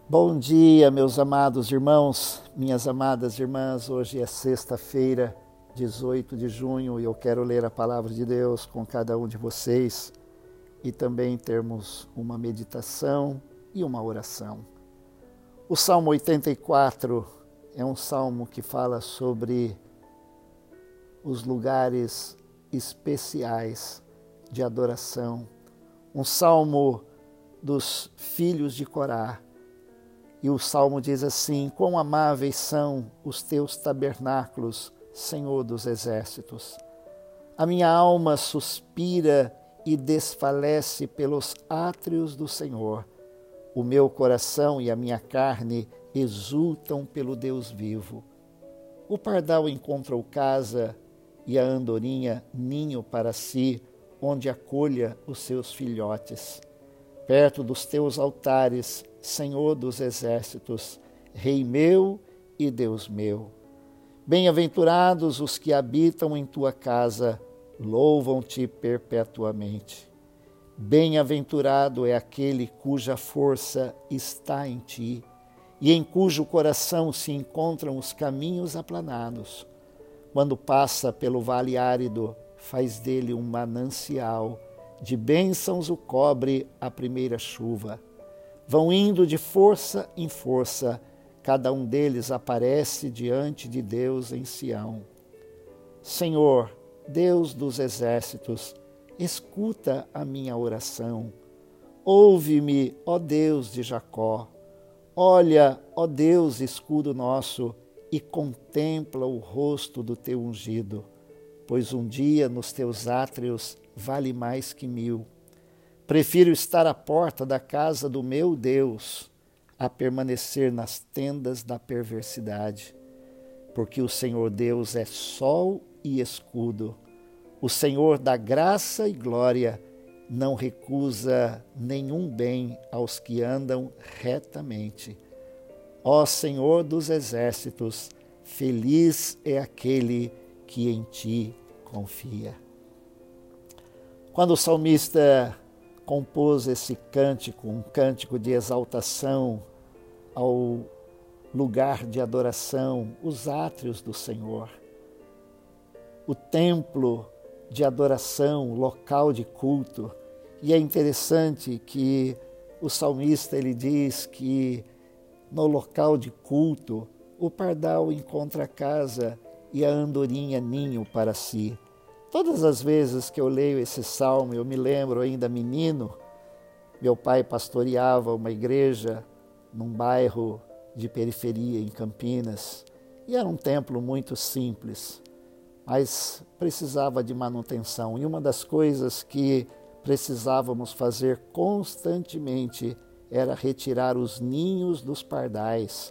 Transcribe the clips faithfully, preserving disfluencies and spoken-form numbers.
Bom dia, meus amados irmãos, minhas amadas irmãs. Hoje é sexta-feira, dezoito de junho, e eu quero ler a palavra de Deus com cada um de vocês e também termos uma meditação e uma oração. O Salmo oitenta e quatro é um salmo que fala sobre os lugares especiais de adoração. Um salmo dos filhos de Corá. E o salmo diz assim: quão amáveis são os teus tabernáculos, Senhor dos exércitos. A minha alma suspira e desfalece pelos átrios do Senhor. O meu coração e a minha carne exultam pelo Deus vivo. O pardal encontrou casa e a andorinha ninho para si, onde acolha os seus filhotes. Perto dos teus altares, Senhor dos exércitos, Rei meu e Deus meu. Bem-aventurados os que habitam em tua casa, louvam-te perpetuamente. Bem-aventurado é aquele cuja força está em ti, e em cujo coração se encontram os caminhos aplanados. Quando passa pelo vale árido, faz dele um manancial, de bênçãos o cobre a primeira chuva. Vão indo de força em força, cada um deles aparece diante de Deus em Sião. Senhor, Deus dos exércitos, escuta a minha oração. Ouve-me, ó Deus de Jacó. Olha, ó Deus, escudo nosso, e contempla o rosto do teu ungido, pois um dia nos teus átrios vale mais que mil. Prefiro estar à porta da casa do meu Deus a permanecer nas tendas da perversidade, porque o Senhor Deus é sol e escudo. O Senhor dá graça e glória, não recusa nenhum bem aos que andam retamente. Ó Senhor dos exércitos, feliz é aquele que em ti confia. Quando o salmista compôs esse cântico, um cântico de exaltação ao lugar de adoração, os átrios do Senhor, o templo de adoração, local de culto. E é interessante que o salmista ele diz que no local de culto o pardal encontra casa e a andorinha ninho para si. Todas as vezes que eu leio esse salmo, eu me lembro ainda menino, meu pai pastoreava uma igreja num bairro de periferia em Campinas, e era um templo muito simples, mas precisava de manutenção. E uma das coisas que precisávamos fazer constantemente era retirar os ninhos dos pardais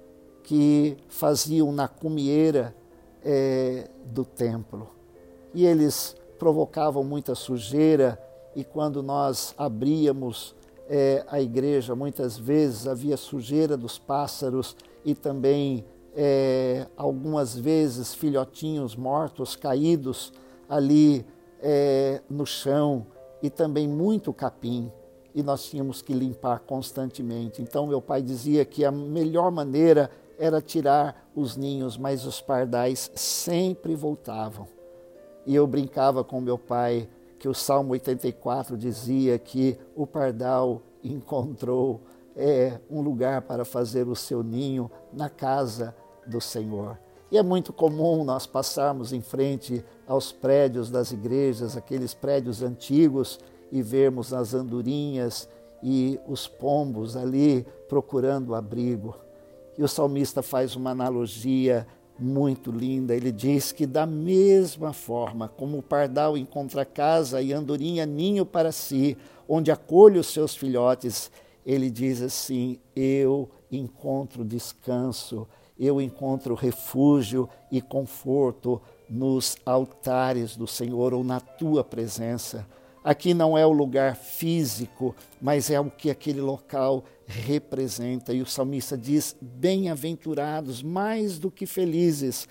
que faziam na cumieira é, do templo. E eles provocavam muita sujeira, e quando nós abríamos é, a igreja, muitas vezes havia sujeira dos pássaros e também é, algumas vezes filhotinhos mortos, caídos ali é, no chão, e também muito capim, e nós tínhamos que limpar constantemente. Então meu pai dizia que a melhor maneira era tirar os ninhos, mas os pardais sempre voltavam. E eu brincava com meu pai que o Salmo oitenta e quatro dizia que o pardal encontrou é, um lugar para fazer o seu ninho na casa do Senhor. E é muito comum nós passarmos em frente aos prédios das igrejas, aqueles prédios antigos, e vermos as andorinhas e os pombos ali procurando abrigo. E o salmista faz uma analogia muito linda. Ele diz que da mesma forma como o pardal encontra casa e andorinha ninho para si, onde acolhe os seus filhotes, ele diz assim: eu encontro descanso, eu encontro refúgio e conforto nos altares do Senhor, ou na tua presença. Aqui não é o lugar físico, mas é o que aquele local representa. E o salmista diz: bem-aventurados, mais do que felizes,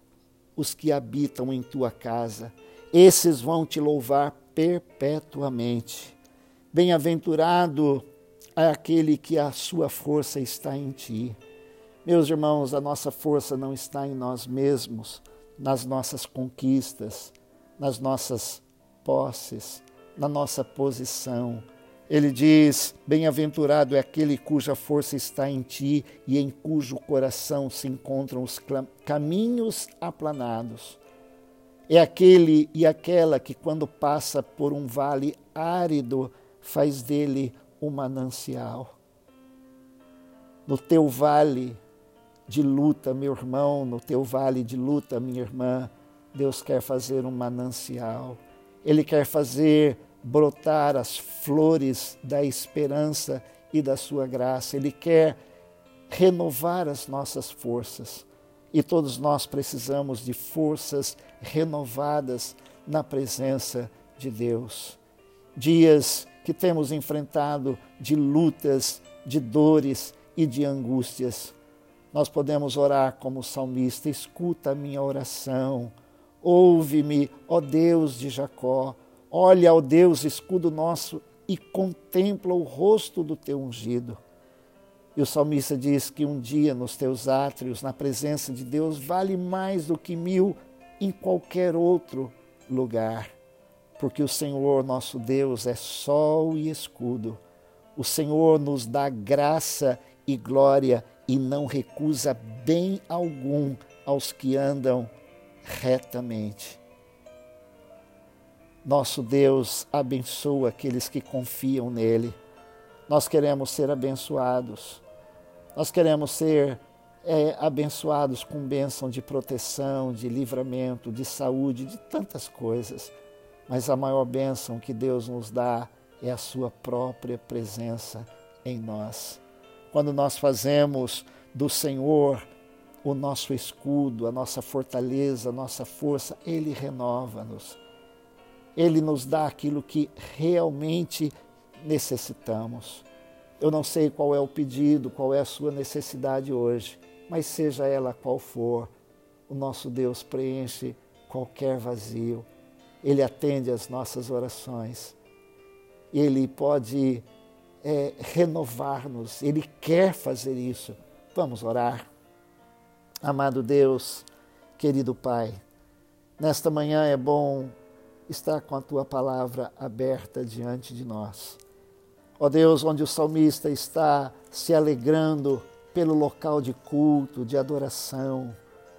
os que habitam em tua casa. Esses vão te louvar perpetuamente. Bem-aventurado àquele que a sua força está em ti. Meus irmãos, a nossa força não está em nós mesmos, nas nossas conquistas, nas nossas posses, na nossa posição. Ele diz, bem-aventurado é aquele cuja força está em ti e em cujo coração se encontram os caminhos aplanados. É aquele e aquela que, quando passa por um vale árido, faz dele um manancial. No teu vale de luta, meu irmão, no teu vale de luta, minha irmã, Deus quer fazer um manancial. Ele quer fazer brotar as flores da esperança e da sua graça. Ele quer renovar as nossas forças. E todos nós precisamos de forças renovadas na presença de Deus. Dias que temos enfrentado de lutas, de dores e de angústias. Nós podemos orar como o salmista: escuta a minha oração, ouve-me, ó Deus de Jacó. Olha, ó Deus, escudo nosso, e contempla o rosto do teu ungido. E o salmista diz que um dia nos teus átrios, na presença de Deus, vale mais do que mil em qualquer outro lugar. Porque o Senhor, nosso Deus, é sol e escudo. O Senhor nos dá graça e glória e não recusa bem algum aos que andam retamente. Nosso Deus abençoa aqueles que confiam nele. Nós queremos ser abençoados. Nós queremos ser é, abençoados com bênção de proteção, de livramento, de saúde, de tantas coisas. Mas a maior bênção que Deus nos dá é a sua própria presença em nós. Quando nós fazemos do Senhor o nosso escudo, a nossa fortaleza, a nossa força, Ele renova-nos. Ele nos dá aquilo que realmente necessitamos. Eu não sei qual é o pedido, qual é a sua necessidade hoje, mas seja ela qual for, o nosso Deus preenche qualquer vazio. Ele atende às nossas orações. Ele pode é, renovar-nos. Ele quer fazer isso. Vamos orar. Amado Deus, querido Pai, nesta manhã é bom estar com a Tua palavra aberta diante de nós. Ó Deus, onde o salmista está se alegrando pelo local de culto, de adoração,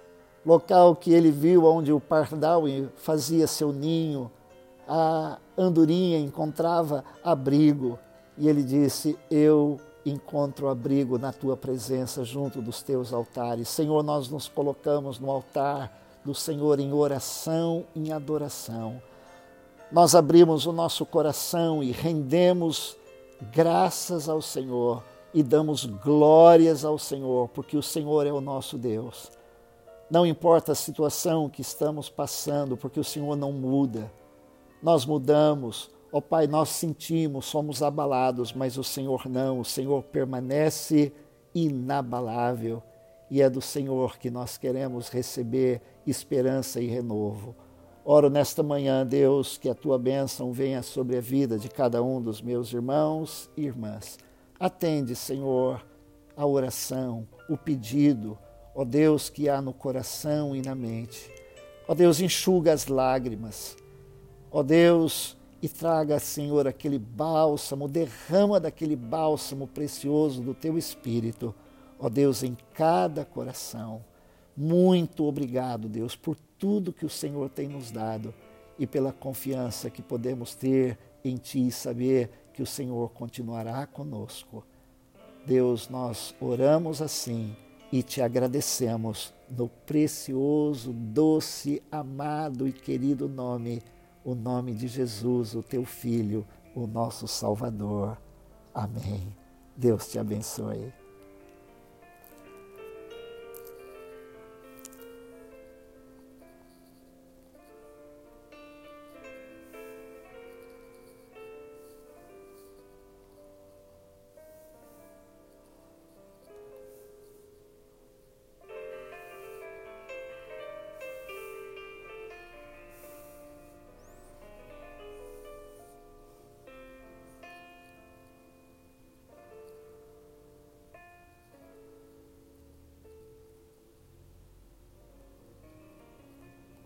local que ele viu onde o pardal fazia seu ninho, a andorinha encontrava abrigo, e ele disse: eu encontro abrigo na tua presença junto dos teus altares. Senhor, nós nos colocamos no altar do Senhor em oração, em adoração. Nós abrimos o nosso coração e rendemos graças ao Senhor e damos glórias ao Senhor, porque o Senhor é o nosso Deus. Não importa a situação que estamos passando, porque o Senhor não muda. Nós mudamos, ó Pai, nós sentimos, somos abalados, mas o Senhor não, o Senhor permanece inabalável. E é do Senhor que nós queremos receber esperança e renovo. Oro nesta manhã, Deus, que a Tua bênção venha sobre a vida de cada um dos meus irmãos e irmãs. Atende, Senhor, a oração, o pedido, ó Deus, que há no coração e na mente. Ó Deus, enxuga as lágrimas. Ó Deus, e traga, Senhor, aquele bálsamo, derrama daquele bálsamo precioso do Teu Espírito, ó Deus, em cada coração. Muito obrigado, Deus, por tudo que o Senhor tem nos dado e pela confiança que podemos ter em Ti e saber que o Senhor continuará conosco. Deus, nós oramos assim e Te agradecemos no precioso, doce, amado e querido nome, o nome de Jesus, o Teu Filho, o nosso Salvador. Amém. Deus te abençoe.